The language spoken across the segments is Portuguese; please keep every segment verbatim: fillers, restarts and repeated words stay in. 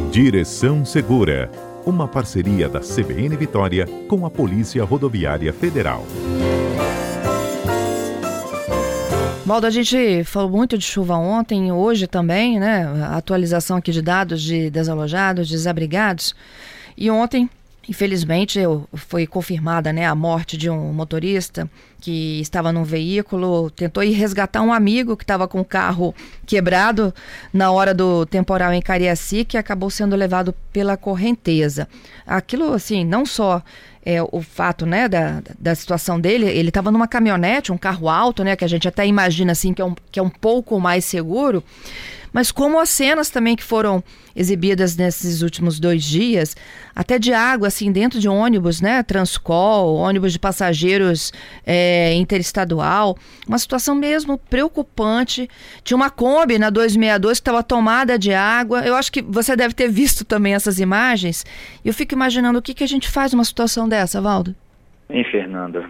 Direção Segura, uma parceria da C B N Vitória com a Polícia Rodoviária Federal. Valdo, a gente falou muito de chuva ontem, hoje também, né? A atualização aqui de dados de desalojados, desabrigados. E ontem, infelizmente, foi confirmada, né, a morte de um motorista que estava num veículo, tentou ir resgatar um amigo que estava com o carro quebrado na hora do temporal em Cariacica, que acabou sendo levado pela correnteza. Aquilo, assim, não só é, o fato, né, da, da situação dele, ele estava numa caminhonete, um carro alto, né, que a gente até imagina assim, que é um, que é um pouco mais seguro, mas como as cenas também que foram exibidas nesses últimos dois dias, até de água, assim, dentro de ônibus, né, Transcol, ônibus de passageiros é, interestadual, uma situação mesmo preocupante. Tinha uma Kombi na duzentos e sessenta e dois que estava tomada de água. Eu acho que você deve ter visto também essas imagens. E eu fico imaginando o que, que a gente faz numa situação dessa, Valdo. Sim, Fernanda,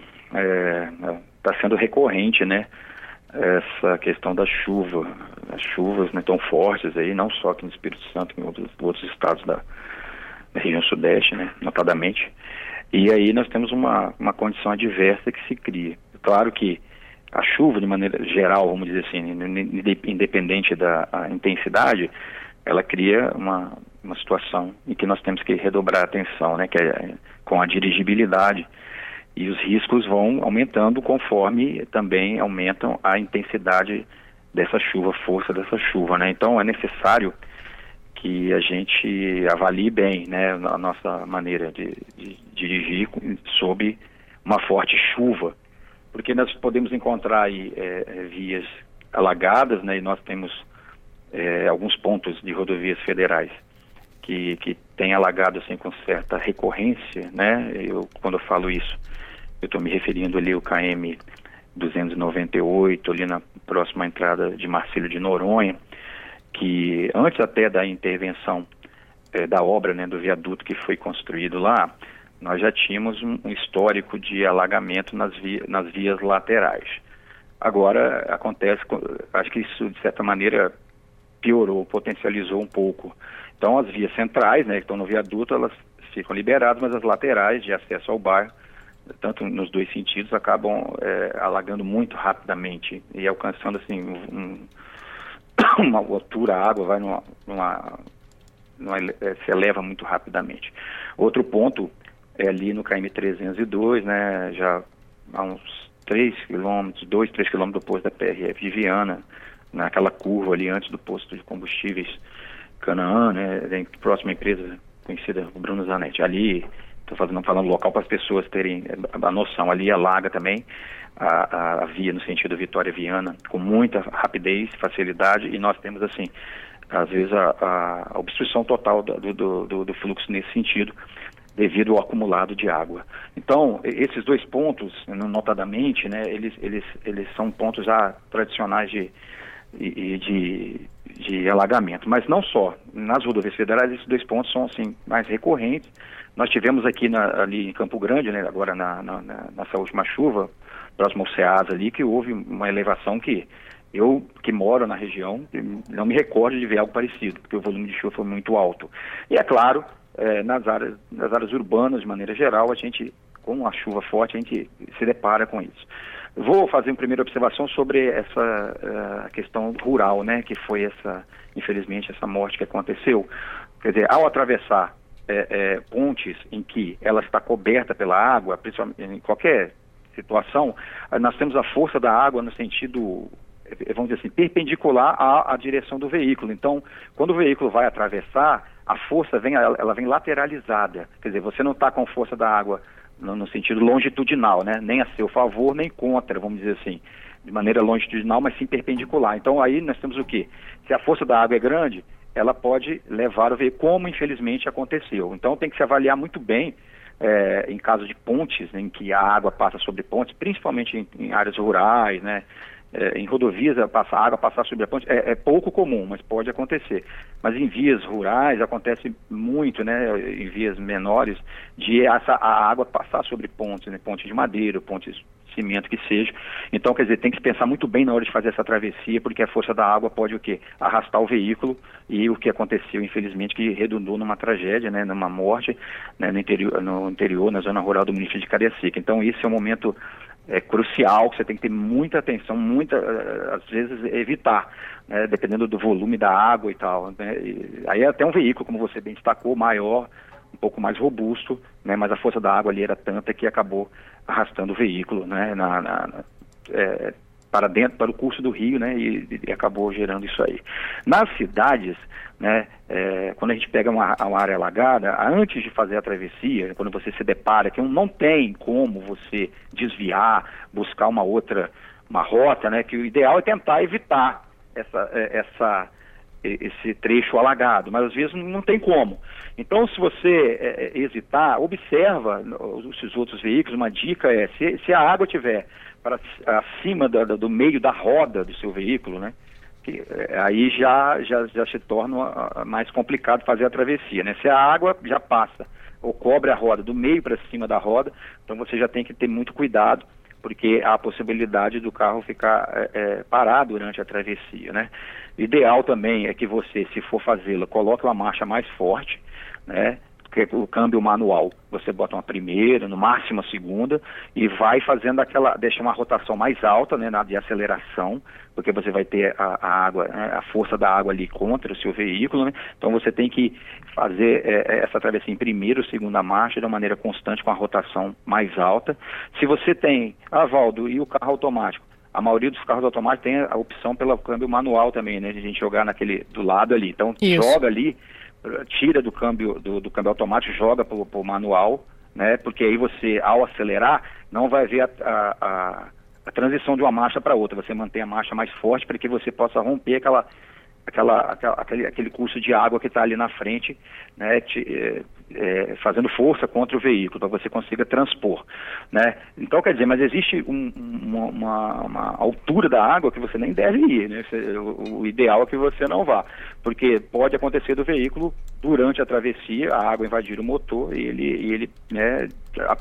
está é, sendo recorrente, né, essa questão da chuva, as chuvas, né, tão fortes aí, não só aqui no Espírito Santo, em outros, outros estados da, da região sudeste, né, notadamente. E aí nós temos uma, uma condição adversa que se cria. Claro que a chuva, de maneira geral, vamos dizer assim, independente da intensidade, ela cria uma, uma situação em que nós temos que redobrar a atenção, né, que é com a dirigibilidade. E os riscos vão aumentando conforme também aumentam a intensidade dessa chuva, a força dessa chuva, né? Então é necessário que a gente avalie bem, né, a nossa maneira de, de dirigir sob uma forte chuva, porque nós podemos encontrar aí é, vias alagadas, né, e nós temos é, alguns pontos de rodovias federais que, que têm alagado assim, com certa recorrência, né? Eu, quando eu falo isso, eu estou me referindo ali ao K M duzentos e noventa e oito, ali na próxima entrada de Marcílio de Noronha, que antes até da intervenção eh, da obra, né, do viaduto que foi construído lá, nós já tínhamos um, um histórico de alagamento nas, via, nas vias laterais. Agora acontece, acho que isso de certa maneira piorou, potencializou um pouco. Então as vias centrais, né, que estão no viaduto, elas ficam liberadas, mas as laterais de acesso ao bairro, tanto nos dois sentidos, acabam é, alagando muito rapidamente e alcançando assim um, uma altura, a água vai numa, numa, numa, é, se eleva muito rapidamente. Outro ponto é ali no K M trezentos e dois, né, já há uns três quilômetros, dois, três quilômetros depois da P R F de Viana, naquela curva ali antes do posto de combustíveis Canaã, né, próxima empresa conhecida como Bruno Zanetti. Ali estou fazendo, falando local para as pessoas terem a noção, ali alaga também a, a, a via no sentido Vitória-Viana com muita rapidez, facilidade, e nós temos assim, às vezes a, a obstrução total do, do, do, do fluxo nesse sentido, devido ao acumulado de água. Então, esses dois pontos, notadamente, né, eles, eles, eles são pontos já tradicionais de, de, de, de alagamento, mas não só. Nas rodovias federais, esses dois pontos são assim, mais recorrentes. Nós tivemos aqui na, ali em Campo Grande, né, agora na, na, nessa última chuva, próximo ao Ceasa ali, que houve uma elevação que eu, que moro na região, não me recordo de ver algo parecido, porque o volume de chuva foi muito alto. E é claro, é, nas, áreas, nas áreas urbanas, de maneira geral, a gente, com a chuva forte, a gente se depara com isso. Vou fazer uma primeira observação sobre essa uh, questão rural, né, que foi essa, infelizmente, essa morte que aconteceu. Quer dizer, ao atravessar É, é, pontes em que ela está coberta pela água, principalmente em qualquer situação, nós temos a força da água no sentido, vamos dizer assim, perpendicular à, à direção do veículo. Então, quando o veículo vai atravessar, a força vem, ela vem lateralizada. Quer dizer, você não está com força da água no, no sentido longitudinal, né? Nem a seu favor, nem contra, vamos dizer assim, de maneira longitudinal, mas sim perpendicular. Então, aí nós temos o quê? Se a força da água é grande, ela pode levar o veículo, como infelizmente aconteceu. Então tem que se avaliar muito bem, é, em caso de pontes, né, em que a água passa sobre pontes, principalmente em, em áreas rurais, né, é, em rodovias, a, a água passar sobre a ponte é, é pouco comum, mas pode acontecer. Mas em vias rurais acontece muito, né, em vias menores, de essa, a água passar sobre pontes, né, pontes de madeira, pontes cimento que seja. Então, quer dizer, tem que se pensar muito bem na hora de fazer essa travessia, porque a força da água pode o quê? Arrastar o veículo, e o que aconteceu, infelizmente, que redundou numa tragédia, né, numa morte, né, no interior, no interior, na zona rural do município de Cariacica. Então, esse é um momento é, crucial, que você tem que ter muita atenção, muita, às vezes, evitar, né, dependendo do volume da água e tal. Né, e aí até um veículo, como você bem destacou, maior, um pouco mais robusto, né, mas a força da água ali era tanta que acabou arrastando o veículo, né, na, na, na, é, para dentro, para o curso do rio, né, e, e acabou gerando isso aí. Nas cidades, né, é, quando a gente pega uma, uma área alagada, antes de fazer a travessia, quando você se depara que não tem como você desviar, buscar uma outra, uma rota, né, que o ideal é tentar evitar essa, essa esse trecho alagado, mas às vezes não tem como. Então, se você é, hesitar, observa os outros veículos. Uma dica é, se, se a água estiver para acima do, do meio da roda do seu veículo, né, que, é, aí já, já, já se torna mais complicado fazer a travessia, né? Se a água já passa ou cobre a roda do meio para cima da roda, então você já tem que ter muito cuidado, porque há a possibilidade do carro ficar é, é, parado durante a travessia, né? Ideal também é que você, se for fazê-la, coloque uma marcha mais forte, né? O câmbio manual, você bota uma primeira, no máximo a segunda, e vai fazendo aquela, deixa uma rotação mais alta, né, na de aceleração, porque você vai ter a, a água, né, a força da água ali contra o seu veículo, né? Então você tem que fazer é, essa travessia em primeira ou segunda marcha de uma maneira constante, com a rotação mais alta. Se você tem, ah, Valdo, e o carro automático? A maioria dos carros automáticos tem a opção pelo câmbio manual também, né, de a gente jogar naquele, do lado ali. Então Isso. joga ali, tira do câmbio do, do câmbio automático, joga para o manual, né? Porque aí você, ao acelerar, não vai ver a, a, a, a transição de uma marcha para outra. Você mantém a marcha mais forte para que você possa romper aquela, aquela, aquela, aquele, aquele curso de água que está ali na frente, né? Te, é, é, fazendo força contra o veículo, para você consiga transpor, né? Então, quer dizer, mas existe um, uma, uma, uma altura da água que você nem deve ir, né? O, o ideal é que você não vá, porque pode acontecer do veículo, durante a travessia, a água invadir o motor e ele, e ele né, a,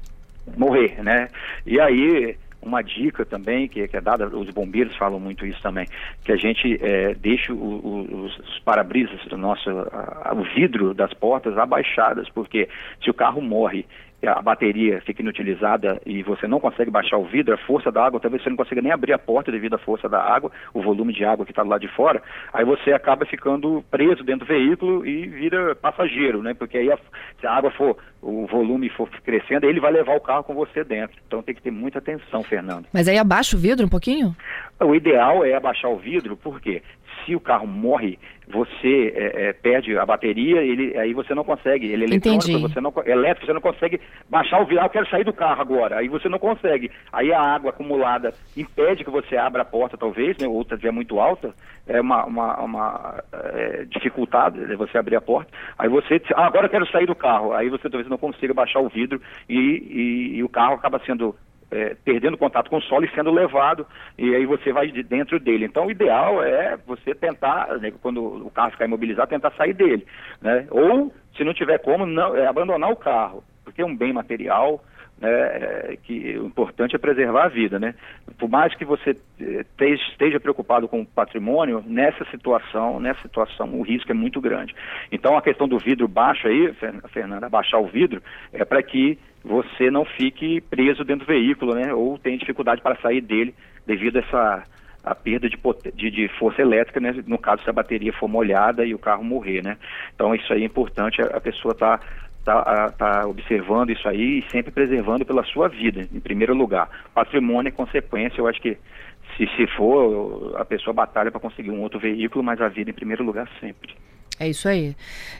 morrer, né? E aí, uma dica também, que, que é dada, os bombeiros falam muito isso também, que a gente é, deixe o, o, os para-brisas do nosso, a, o vidro das portas abaixadas, porque se o carro morre, a bateria fica inutilizada e você não consegue baixar o vidro, a força da água, talvez você não consiga nem abrir a porta devido à força da água, o volume de água que está do lado de fora, aí você acaba ficando preso dentro do veículo e vira passageiro, né? Porque aí a, se a água for, o volume for crescendo, ele vai levar o carro com você dentro. Então tem que ter muita atenção, Fernando. Mas aí abaixa o vidro um pouquinho? O ideal é abaixar o vidro, porque se o carro morre, você é, é, perde a bateria, ele, aí você não consegue, ele é eletrônico, você não, elétrico, você não consegue baixar o vidro. Ah, eu quero sair do carro agora, aí você não consegue. Aí a água acumulada impede que você abra a porta, talvez, né, ou se estiver muito alta, é uma, uma, uma é, dificuldade de você abrir a porta. Aí você, ah, agora eu quero sair do carro, aí você talvez não consiga baixar o vidro e, e, e o carro acaba sendo... É, perdendo contato com o solo e sendo levado, e aí você vai de dentro dele. Então o ideal é você tentar, né, quando o carro ficar imobilizado, tentar sair dele, né? Ou, se não tiver como, não, é abandonar o carro, porque é um bem material, né, é, que o importante é preservar a vida, né? Por mais que você esteja, esteja preocupado com o patrimônio, nessa situação, nessa situação o risco é muito grande. Então a questão do vidro baixo aí, Fernanda, baixar o vidro, é para que você não fique preso dentro do veículo, né? Ou tenha dificuldade para sair dele devido a essa a perda de, de, de força elétrica, né? No caso, se a bateria for molhada e o carro morrer, né? Então isso aí é importante, a, a pessoa tá, tá, tá observando isso aí e sempre preservando pela sua vida, em primeiro lugar. Patrimônio é consequência, eu acho que se, se for, a pessoa batalha para conseguir um outro veículo, mas a vida em primeiro lugar sempre. É isso aí.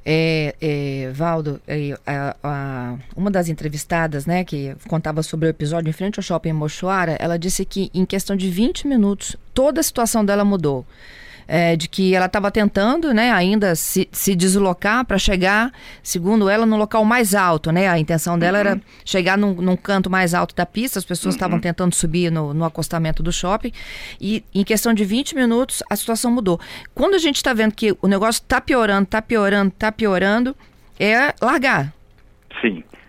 É, é, Valdo, é, a, a, uma das entrevistadas, né, que contava sobre o episódio em frente ao shopping Mochoara, ela disse que em questão de vinte minutos toda a situação dela mudou. É, de que ela estava tentando, né, ainda se, se deslocar para chegar, segundo ela, no local mais alto, né? A intenção dela uhum. era chegar num, num canto mais alto da pista, as pessoas estavam uhum. tentando subir no, no acostamento do shopping, e em questão de vinte minutos a situação mudou. Quando a gente está vendo que o negócio está piorando, está piorando, está piorando, é largar. Sim.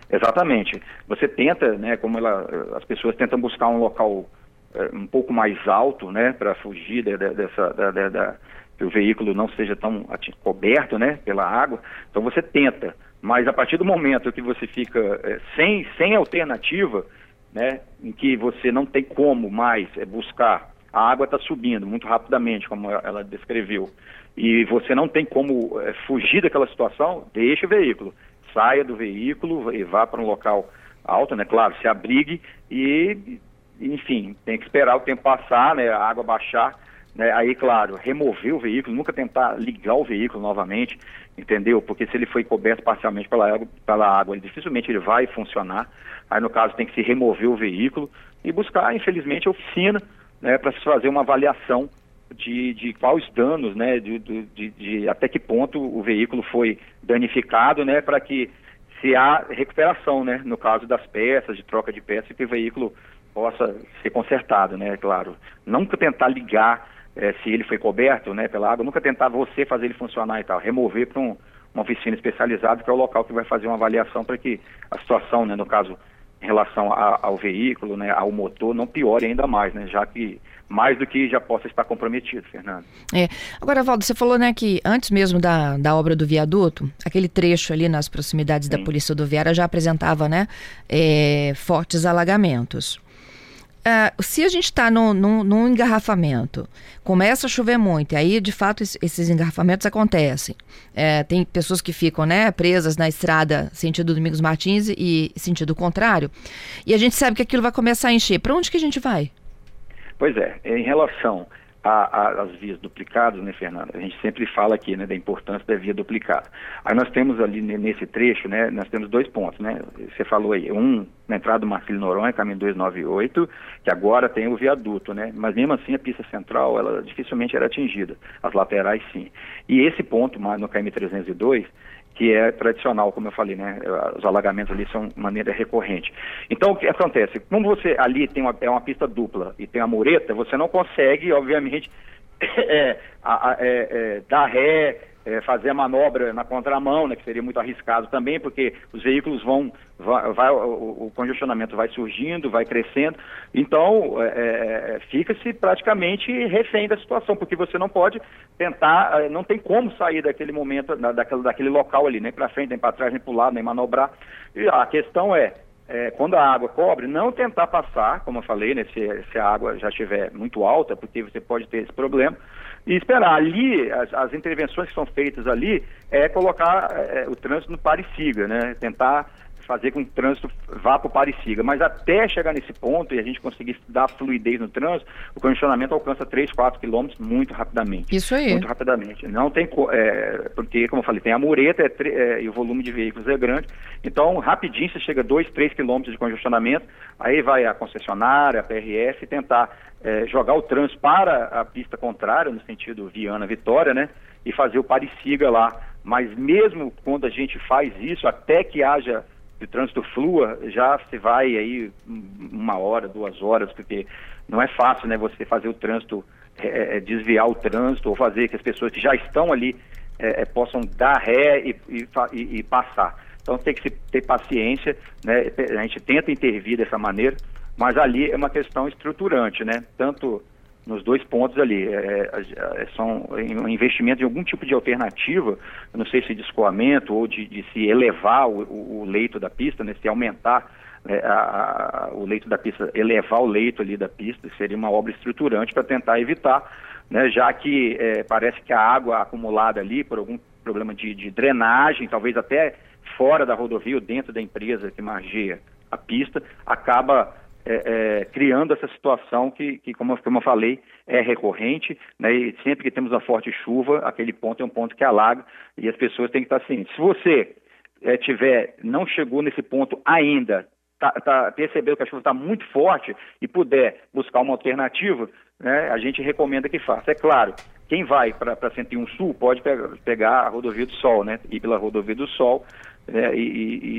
Exatamente. Você tenta, né, como ela, as pessoas tentam buscar um local é, um pouco mais alto, né, para fugir de, de, dessa, da, da, da, que o veículo não seja tão coberto, né, pela água. Então você tenta, mas a partir do momento que você fica é, sem, sem alternativa, né, em que você não tem como mais é, buscar, a água está subindo muito rapidamente, como ela descreveu, e você não tem como é, fugir daquela situação, deixe o veículo. Saia do veículo e vá para um local alto, né? Claro, se abrigue e, enfim, tem que esperar o tempo passar, né? A água baixar, né? Aí, claro, remover o veículo, nunca tentar ligar o veículo novamente, entendeu? Porque se ele foi coberto parcialmente pela água, pela água, ele dificilmente ele vai funcionar. Aí, no caso, tem que se remover o veículo e buscar, infelizmente, a oficina, né? Para se fazer uma avaliação De, de quais danos, né, de, de, de até que ponto o veículo foi danificado, né, para que se há recuperação, né, no caso das peças, de troca de peças, que o veículo possa ser consertado, né, claro. Nunca tentar ligar, eh, se ele foi coberto, né, pela água, nunca tentar você fazer ele funcionar e tal, remover para um, uma oficina especializada, que é o local que vai fazer uma avaliação para que a situação, né, no caso, em relação a, ao veículo, né, ao motor, não piore ainda mais, né, já que mais do que já possa estar comprometido, Fernando. É. Agora, Valdo, você falou, né, que antes mesmo da, da obra do viaduto, aquele trecho ali nas proximidades Sim. da Polícia Rodoviária já apresentava, né, é, fortes alagamentos. Uh, se a gente está num, num, num engarrafamento, começa a chover muito, e aí de fato esses engarrafamentos acontecem. É, tem pessoas que ficam, né, presas na estrada sentido Domingos Martins e sentido contrário, e a gente sabe que aquilo vai começar a encher. Para onde que a gente vai? Pois é, em relação às vias duplicadas, né, Fernanda, a gente sempre fala aqui, né, da importância da via duplicada. Aí nós temos ali nesse trecho, né, nós temos dois pontos, né, você falou aí, um na entrada do Marcílio Noronha, caminho duzentos e noventa e oito, que agora tem o viaduto, né, mas mesmo assim a pista central, ela dificilmente era atingida, as laterais sim. E esse ponto, no K M trezentos e dois, que é tradicional, como eu falei, né? Os alagamentos ali são de maneira recorrente. Então, o que acontece? Como você ali tem uma, é uma pista dupla e tem a mureta, você não consegue, obviamente, é, a, a, é, é, dar ré, é, fazer a manobra na contramão, né? Que seria muito arriscado também, porque os veículos vão, vai, vai, o, o congestionamento vai surgindo, vai crescendo. Então, é, é, fica-se praticamente refém da situação, porque você não pode tentar, não tem como sair daquele momento, daquele, daquele local ali, nem para frente, nem para trás, nem para o lado, nem manobrar. E a questão é, é, quando a água cobre, não tentar passar, como eu falei, né, se, se a água já estiver muito alta, porque você pode ter esse problema, e esperar. Ali, as, as intervenções que são feitas ali, é colocar é, o trânsito no pare e siga, né, tentar fazer com que o trânsito vá para o pare e siga. Mas até chegar nesse ponto e a gente conseguir dar fluidez no trânsito, o congestionamento alcança três, quatro quilômetros muito rapidamente. Isso aí. Muito rapidamente. Não tem, é, porque, como eu falei, tem a mureta é, é, e o volume de veículos é grande. Então, rapidinho você chega a dois, três quilômetros de congestionamento, aí vai a concessionária, a P R F, tentar é, jogar o trânsito para a pista contrária, no sentido Viana-Vitória, né? E fazer o pare e siga lá. Mas mesmo quando a gente faz isso, até que haja o trânsito flua, já se vai aí uma hora, duas horas, porque não é fácil, né, você fazer o trânsito, é, desviar o trânsito, ou fazer que as pessoas que já estão ali é, possam dar ré e, e, e, e passar. Então tem que se ter paciência, né, a gente tenta intervir dessa maneira, mas ali é uma questão estruturante, né, tanto nos dois pontos ali, é, é, são um investimento de algum tipo de alternativa, eu não sei se de escoamento ou de, de se elevar o, o, o leito da pista, né, se aumentar é, a, a, o leito da pista, elevar o leito ali da pista, seria uma obra estruturante para tentar evitar, né, já que é, parece que a água acumulada ali por algum problema de, de drenagem, talvez até fora da rodovia ou dentro da empresa que margeia a pista, acaba É, é, criando essa situação que, que como, como eu falei, é recorrente, né, e sempre que temos uma forte chuva, aquele ponto é um ponto que alaga e as pessoas têm que estar cientes. Se você é, tiver, não chegou nesse ponto ainda, tá, tá, percebeu que a chuva está muito forte e puder buscar uma alternativa, né, a gente recomenda que faça. É claro, quem vai para cento e um Sul pode pegar, pegar a rodovia do Sol, né, ir pela rodovia do Sol, É, e, e,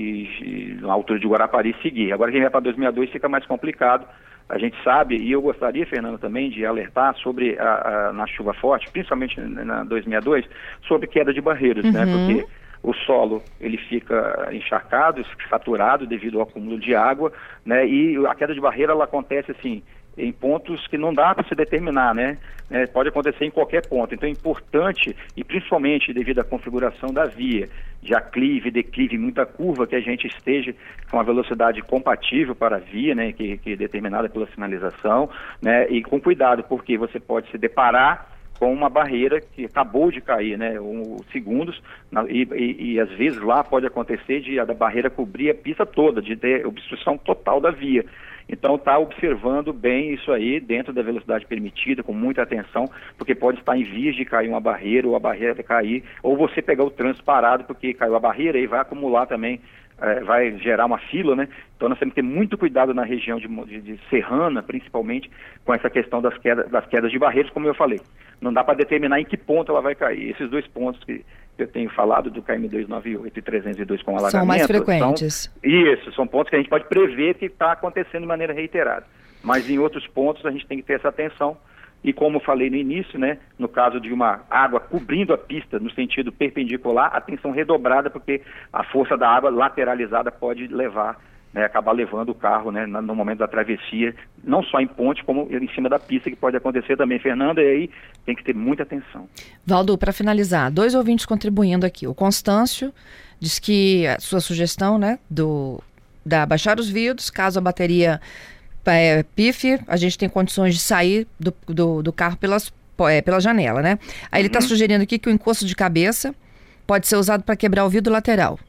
e na altura de Guarapari seguir. Agora quem vai para duzentos e sessenta e dois fica mais complicado, a gente sabe, e eu gostaria, Fernando, também de alertar sobre a, a, na chuva forte, principalmente na duzentos e sessenta e dois, sobre queda de barreiras, uhum. né, porque o solo ele fica encharcado, saturado devido ao acúmulo de água, né? E a queda de barreira ela acontece assim em pontos que não dá para se determinar, né? É, pode acontecer em qualquer ponto. Então é importante, e principalmente devido à configuração da via, de aclive, declive, muita curva, que a gente esteja com a velocidade compatível para a via, né? Que, que é determinada pela sinalização, né? E com cuidado, porque você pode se deparar com uma barreira que acabou de cair, né, um, segundos, na, e, e, e às vezes lá pode acontecer de a da barreira cobrir a pista toda, de ter obstrução total da via. Então está observando bem isso aí dentro da velocidade permitida, com muita atenção, porque pode estar em vias de cair uma barreira, ou a barreira cair, ou você pegar o trânsito parado porque caiu a barreira e vai acumular também, é, vai gerar uma fila, né? Então nós temos que ter muito cuidado na região de, de, de Serrana, principalmente, com essa questão das quedas, das quedas de barreiras, como eu falei. Não dá para determinar em que ponto ela vai cair. Esses dois pontos que eu tenho falado do K M duzentos e noventa e oito e trezentos e dois com alagamento... São mais frequentes. São, isso, são pontos que a gente pode prever que está acontecendo de maneira reiterada. Mas em outros pontos a gente tem que ter essa atenção. E como eu falei no início, né, no caso de uma água cobrindo a pista no sentido perpendicular, atenção redobrada, porque a força da água lateralizada pode levar... Né, acabar levando o carro, né, no momento da travessia, não só em ponte, como em cima da pista, que pode acontecer também, Fernanda, e aí tem que ter muita atenção. Valdo, para finalizar, dois ouvintes contribuindo aqui. O Constâncio diz que a sua sugestão, né, do, da baixar os vidros, caso a bateria é, pife, a gente tem condições de sair do, do, do carro pelas, é, pela janela, né? Aí ele está uhum. sugerindo aqui que o encosto de cabeça pode ser usado para quebrar o vidro lateral.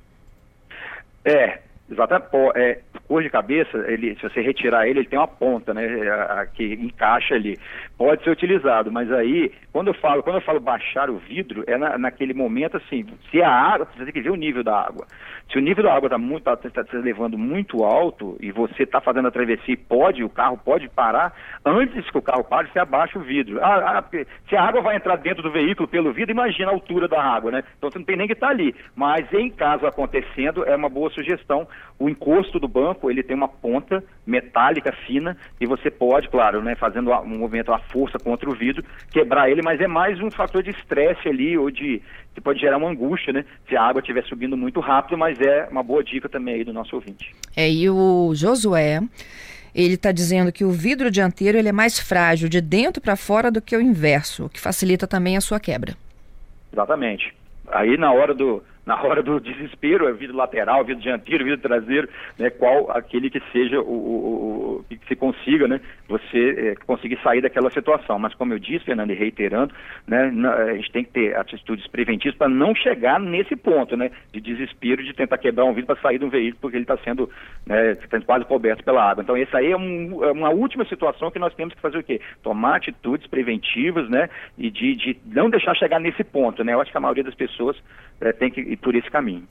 É, exatamente. É, cor de cabeça, ele, se você retirar ele, ele tem uma ponta, né, a, a, que encaixa ali. Pode ser utilizado, mas aí, quando eu falo, quando eu falo baixar o vidro, é na, naquele momento assim, se a água, você tem que ver o nível da água. Se o nível da água está muito, tá, tá se levando muito alto e você está fazendo a travessia e pode, o carro pode parar, antes que o carro pare, você abaixa o vidro. Ah, ah, se a água vai entrar dentro do veículo pelo vidro, imagina a altura da água, né? Então você não tem nem que estar ali. Mas em caso acontecendo, é uma boa sugestão. O encosto do banco, ele tem uma ponta metálica fina e você pode, claro, né, fazendo um movimento, a força contra o vidro, quebrar ele, mas é mais um fator de estresse ali, ou de, que pode gerar uma angústia, né, se a água estiver subindo muito rápido, mas é uma boa dica também aí do nosso ouvinte. É, e o Josué, ele está dizendo que o vidro dianteiro ele é mais frágil de dentro para fora do que o inverso, o que facilita também a sua quebra. Exatamente. Aí na hora do, na hora do desespero, é vidro lateral, vidro dianteiro, vidro traseiro, né, qual aquele que seja o, o, o que se consiga, né, você é, conseguir sair daquela situação. Mas como eu disse, Fernando, e reiterando, né, a gente tem que ter atitudes preventivas para não chegar nesse ponto, né, de desespero, de tentar quebrar um vidro para sair de um veículo porque ele está sendo, né, tá quase coberto pela água. Então essa aí é, um, é uma última situação que nós temos que fazer o quê? Tomar atitudes preventivas, né, e de, de não deixar chegar nesse ponto, né. Eu acho que a maioria das pessoas é, tem que ir por esse caminho.